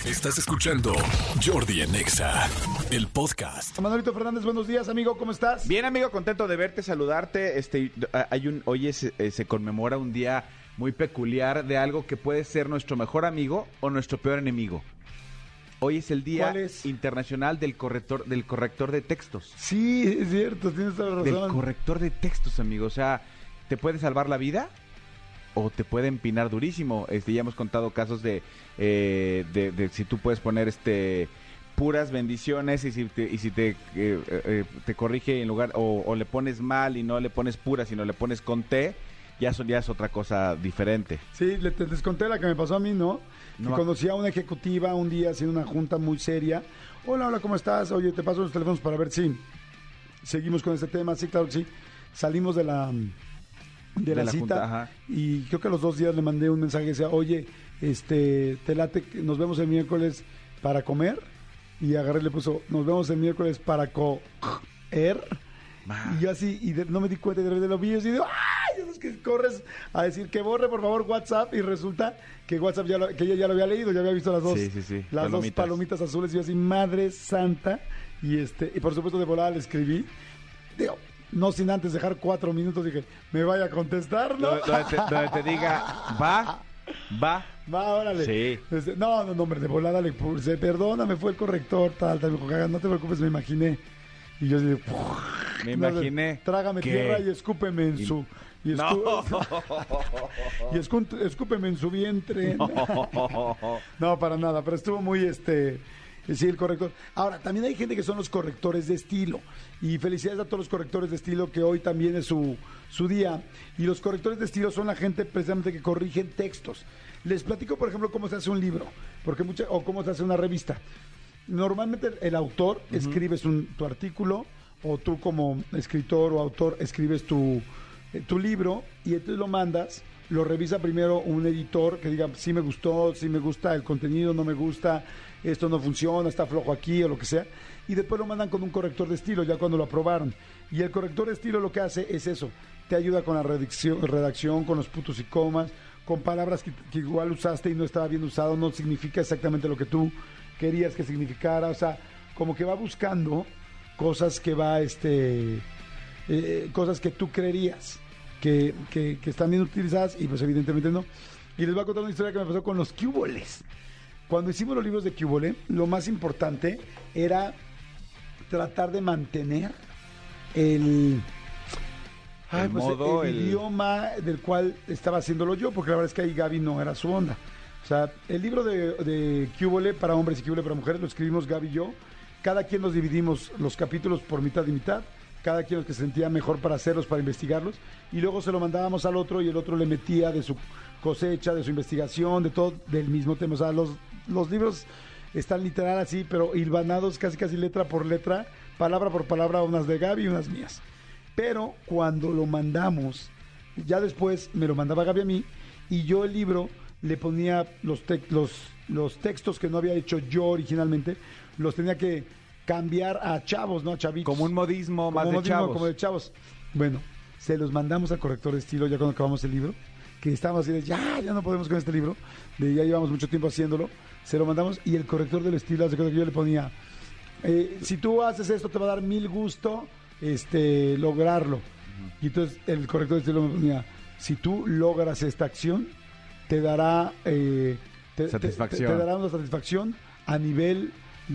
Estás escuchando Jordi en Exa, el podcast. Manuelito Fernández, buenos días, amigo, ¿cómo estás? Bien, amigo, contento de verte, saludarte. Hoy se conmemora un día muy peculiar de algo que puede ser nuestro mejor amigo o nuestro peor enemigo. Hoy es el Día Internacional del Corrector de Textos. Sí, es cierto, tienes toda la razón. Del corrector de textos, amigo. O sea, ¿te puede salvar la vida? O te puede empinar durísimo. Ya hemos contado casos de si tú puedes poner puras bendiciones y si te corrige en lugar o le pones mal y no le pones pura, sino le pones con T, ya es otra cosa diferente. Sí, les conté la que me pasó a mí, ¿no? Que conocí a una ejecutiva un día haciendo una junta muy seria. Hola, ¿cómo estás? Oye, te paso los teléfonos para ver si seguimos con este tema. Sí, claro que sí. Salimos de la cita junta, y creo que a los 2 días le mandé un mensaje que decía, oye, te late, nos vemos el miércoles para comer, y agarré y le puso, nos vemos el miércoles para comer, y yo así, no me di cuenta, y de repente lo vi, y así, ¡ay! Es que corres a decir que borre por favor WhatsApp, y resulta que WhatsApp que ella ya lo había leído, ya había visto las dos, las dos palomitas azules, y yo así, madre santa, y por supuesto de volada le escribí, digo, no sin antes dejar 4 minutos, dije, me vaya a contestar, ¿no? Donde te diga, va, órale. Sí. No, hombre, de volada le puse, perdóname, fue el corrector, tal, me dijo, no te preocupes, me imaginé. Y yo dije, me imaginé. Trágame tierra y escúpeme en su... Y escúpeme en su vientre. No, para nada, pero estuvo muy sí, el corrector. Ahora, también hay gente que son los correctores de estilo. Y felicidades a todos los correctores de estilo, que hoy también es su día. Y los correctores de estilo son la gente precisamente que corrigen textos. Les platico, por ejemplo, cómo se hace un libro, o cómo se hace una revista. Normalmente el autor escribes tu artículo, o tú como escritor o autor escribes tu libro, y entonces lo mandas. Lo revisa primero un editor que diga, sí me gustó, sí me gusta el contenido, no me gusta, esto no funciona, está flojo aquí o lo que sea. Y después lo mandan con un corrector de estilo, ya cuando lo aprobaron. Y el corrector de estilo lo que hace es eso, te ayuda con la redacción, con los puntos y comas, con palabras que igual usaste y no estaba bien usado, no significa exactamente lo que tú querías que significara. O sea, como que va buscando cosas que cosas que tú creerías que están bien utilizadas, y pues evidentemente no. Y les voy a contar una historia que me pasó con los Cúboles. Cuando hicimos los libros de Cúbole, lo más importante era tratar de mantener el idioma del cual estaba haciéndolo yo, porque la verdad es que ahí Gaby no era su onda. O sea, el libro de Cúbole para hombres y Cúbole para mujeres lo escribimos Gaby y yo. Cada quien nos dividimos los capítulos por mitad y mitad. Cada quien los que se sentía mejor para hacerlos, para investigarlos, y luego se lo mandábamos al otro, y el otro le metía de su cosecha, de su investigación, de todo, del mismo tema. O sea, los libros están literal así, pero hilvanados casi letra por letra, palabra por palabra, unas de Gaby y unas mías. Pero cuando lo mandamos, ya después me lo mandaba Gaby a mí, y yo el libro le ponía los textos que no había hecho yo originalmente, los tenía que cambiar a chavos, ¿no? A chavitos. Como un modismo más de chavos. Como de chavos. Bueno, se los mandamos al corrector de estilo ya cuando acabamos el libro, que estábamos así de, ya no podemos con este libro, ya llevamos mucho tiempo haciéndolo, se lo mandamos, y el corrector del estilo, hace que yo le ponía, si tú haces esto te va a dar 1000 gusto lograrlo. Y entonces el corrector de estilo me ponía, si tú logras esta acción, te dará satisfacción. Te dará una satisfacción a nivel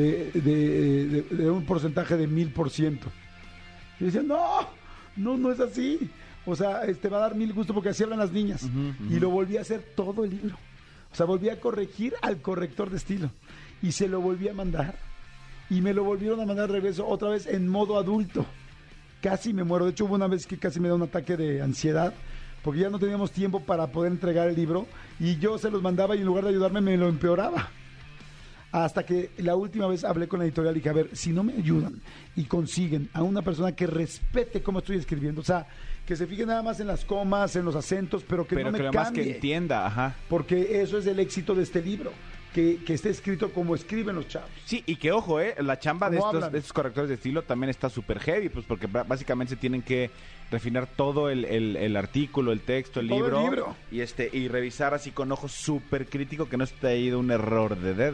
de un porcentaje de 1000%. Y decía, no es así. O sea, va a dar 1000 gustos, porque así hablan las niñas. Y lo volví a hacer todo el libro. O sea, volví a corregir al corrector de estilo. Y se lo volví a mandar. Y me lo volvieron a mandar de regreso otra vez en modo adulto. Casi me muero. De hecho, hubo una vez que casi me da un ataque de ansiedad, porque ya no teníamos tiempo para poder entregar el libro. Y yo se los mandaba, y en lugar de ayudarme me lo empeoraba. Hasta que la última vez hablé con la editorial y dije, a ver, si no me ayudan y consiguen a una persona que respete cómo estoy escribiendo, o sea, que se fije nada más en las comas, en los acentos, pero no me cambie. Más que entienda, porque eso es el éxito de este libro, que esté escrito como escriben los chavos. Sí, y que ojo, la chamba de estos correctores de estilo también está súper heavy, pues porque básicamente se tienen que refinar todo el artículo, el texto, el libro. Y revisar así con ojo súper crítico que no esté ahí de un error de dedo.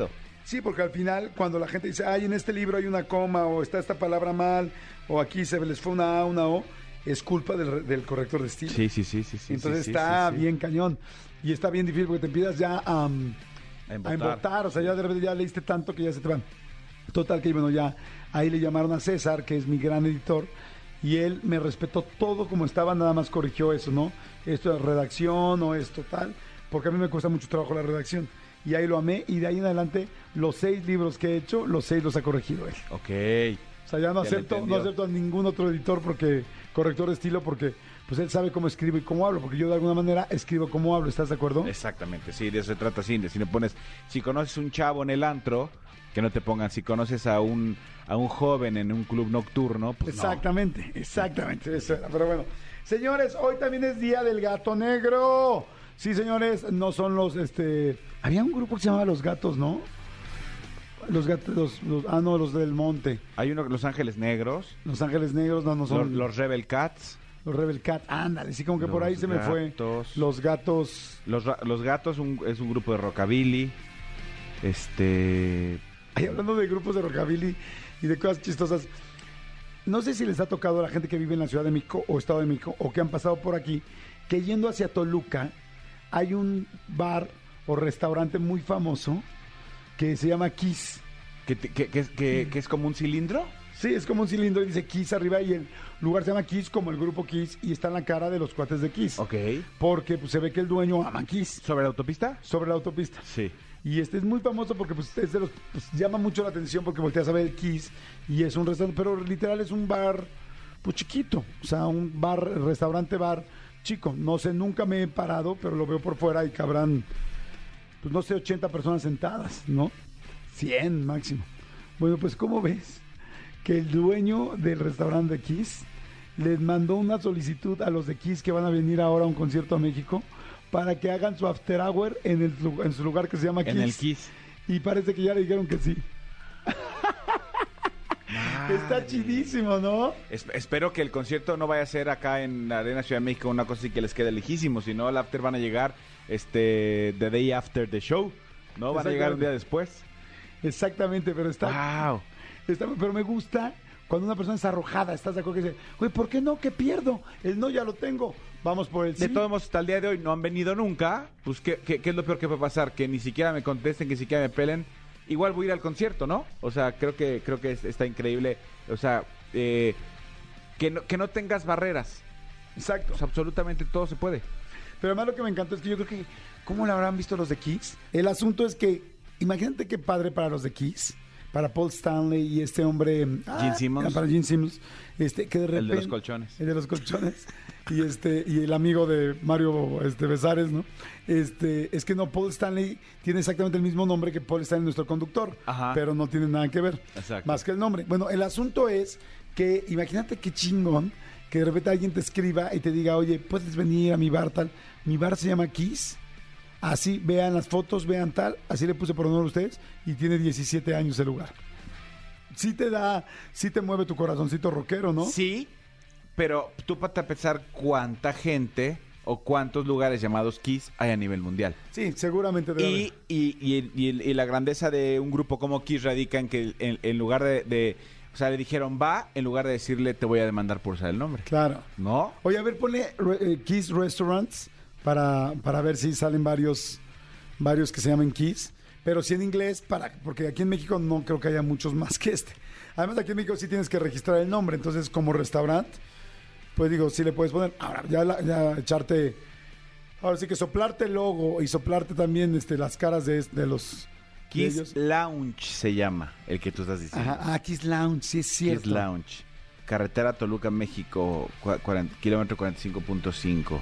Sí, porque al final, cuando la gente dice, ay, en este libro hay una coma, o está esta palabra mal, o aquí se les fue una A, una O, es culpa del corrector de estilo. Sí. Entonces sí, está sí. bien cañón. Y está bien difícil porque te empiezas ya a embotar. O sea, ya de repente ya leíste tanto que ya se te van. Total que, bueno, ya ahí le llamaron a César, que es mi gran editor, y él me respetó todo como estaba, nada más corrigió eso, ¿no? Esto es redacción o esto tal, porque a mí me cuesta mucho trabajo la redacción. Y ahí lo amé, y de ahí en adelante, los 6 libros que he hecho, los 6 los ha corregido él. Ok. O sea, ya no acepto a ningún otro editor corrector de estilo, porque pues él sabe cómo escribo y cómo hablo, porque yo de alguna manera escribo como hablo, ¿estás de acuerdo? Exactamente, sí, de eso se trata. Si no pones, si conoces un chavo en el antro, que no te pongan, si conoces a un joven en un club nocturno, pues exactamente, eso era. Pero bueno, señores, hoy también es Día del Gato Negro. Sí, señores, no son los, había un grupo que se llamaba Los Gatos, ¿no? Los gatos, los del monte. Hay uno, Los Ángeles Negros. Los Ángeles Negros, no son. Los Rebel Cats. Los Rebel Cat, ándale, sí, como que por ahí se me fue. Los Gatos. Los Gatos es un grupo de rockabilly. Ay, hablando de grupos de rockabilly y de cosas chistosas, no sé si les ha tocado a la gente que vive en la Ciudad de México o Estado de México o que han pasado por aquí, que yendo hacia Toluca hay un bar o restaurante muy famoso que se llama Kiss. ¿Que es como un cilindro? Sí, es como un cilindro y dice Kiss arriba, y el lugar se llama Kiss como el grupo Kiss, y está en la cara de los cuates de Kiss. Ok. Porque pues, se ve que el dueño ama Kiss. ¿Sobre la autopista? Sobre la autopista. Sí. Y es muy famoso porque pues, es de los, pues, llama mucho la atención porque volteas a ver el Kiss y es un restaurante, pero literal es un bar pues chiquito, o sea, un restaurante bar chico. No sé, nunca me he parado, pero lo veo por fuera y cabrán, pues no sé, 80 personas sentadas, ¿no? 100 máximo. Bueno, pues ¿cómo ves que el dueño del restaurante de Kiss les mandó una solicitud a los de Kiss que van a venir ahora a un concierto a México para que hagan su after hour en su lugar que se llama Kiss? En el Kiss. Y parece que ya le dijeron que sí. Madre. Está chidísimo, ¿no? Espero que el concierto no vaya a ser acá en la Arena Ciudad de México, una cosa así que les quede lejísimo, si no, el after van a llegar the day after the show, ¿no? Van a llegar un día después. Exactamente, pero Wow. Pero me gusta cuando una persona es arrojada, ¿estás de acuerdo? Que dice, güey, ¿por qué no? ¿Qué pierdo? El no ya lo tengo, vamos por el sí. De todos modos, hasta el día de hoy no han venido nunca, pues ¿qué es lo peor que puede pasar? Que ni siquiera me contesten, que ni siquiera me pelen. Igual voy a ir al concierto, ¿no? O sea, creo que está increíble. O sea, que no tengas barreras. Exacto. O sea, absolutamente todo se puede. Pero además lo que me encantó es que yo creo que, ¿cómo lo habrán visto los de Kiss? El asunto es que, imagínate qué padre para los de Kiss, para Paul Stanley y este hombre... Gene Simmons. Para Gene Simmons. Que de repente, el de los colchones. El de los colchones. y el amigo de Mario Besares, ¿no? Es que no, Paul Stanley tiene exactamente el mismo nombre que Paul Stanley, nuestro conductor. Ajá. Pero no tiene nada que ver. Exacto. Más que el nombre. Bueno, el asunto es que, imagínate qué chingón que de repente alguien te escriba y te diga, oye, ¿puedes venir a mi bar tal? Mi bar se llama Kiss. Así, vean las fotos, vean tal, así le puse por honor a ustedes, y tiene 17 años el lugar. Sí te mueve tu corazoncito rockero, ¿no? Sí, pero tú para pensar cuánta gente o cuántos lugares llamados Kiss hay a nivel mundial. Sí, seguramente debe haber. Y la grandeza de un grupo como Kiss radica en que en lugar de o sea, le dijeron va, en lugar de decirle te voy a demandar por usar el nombre. Claro. ¿No? Oye, a ver, ponle Kiss Restaurants para ver si salen varios que se llaman Kiss, pero sí en inglés, porque aquí en México no creo que haya muchos más que este. Además, aquí en México sí tienes que registrar el nombre, entonces como restaurante, pues digo, sí le puedes poner. Ahora, ya echarte, ahora sí que soplarte el logo y soplarte también las caras de los... Kiss de ellos. Lounge se llama, el que tú estás diciendo. Ajá, Kiss Lounge, sí es cierto. Kiss Lounge, carretera Toluca, México, kilómetro 45.5.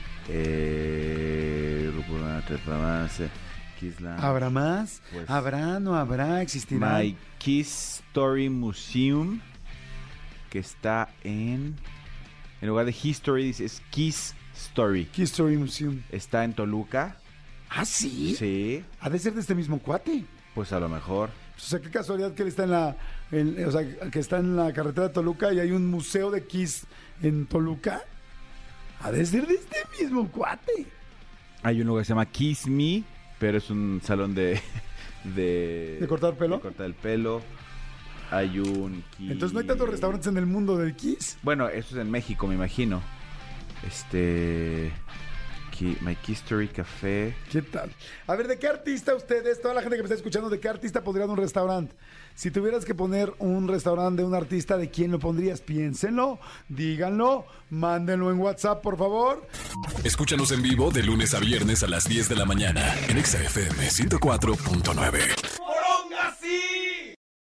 Kiss Lounge. ¿Habrá más? Pues, ¿Habrá? ¿No habrá? ¿Existirá? My Kiss Story Museum, que está en lugar de History, dice es Kiss Story. Kiss Story Museum. Está en Toluca. ¿Ah, sí? Sí, Ha de ser de este mismo cuate. pues a lo mejor. O sea, qué casualidad que él está o sea, que está en la carretera de Toluca y hay un museo de Kiss en Toluca. Ha de ser de este mismo cuate. Hay un lugar que se llama Kiss Me, pero es un salón de de cortar pelo. De cortar el pelo. Hay un... Entonces no hay tantos restaurantes en el mundo del Kiss. Bueno, eso es en México, me imagino. My Kiss Story Café. ¿Qué tal? A ver, ¿de qué artista ustedes, toda la gente que me está escuchando, de qué artista pondrían un restaurante? Si tuvieras que poner un restaurante de un artista, ¿de quién lo pondrías? Piénsenlo, díganlo, mándenlo en WhatsApp, por favor. Escúchanos en vivo de lunes a viernes a las 10 de la mañana en Exa FM 104.9.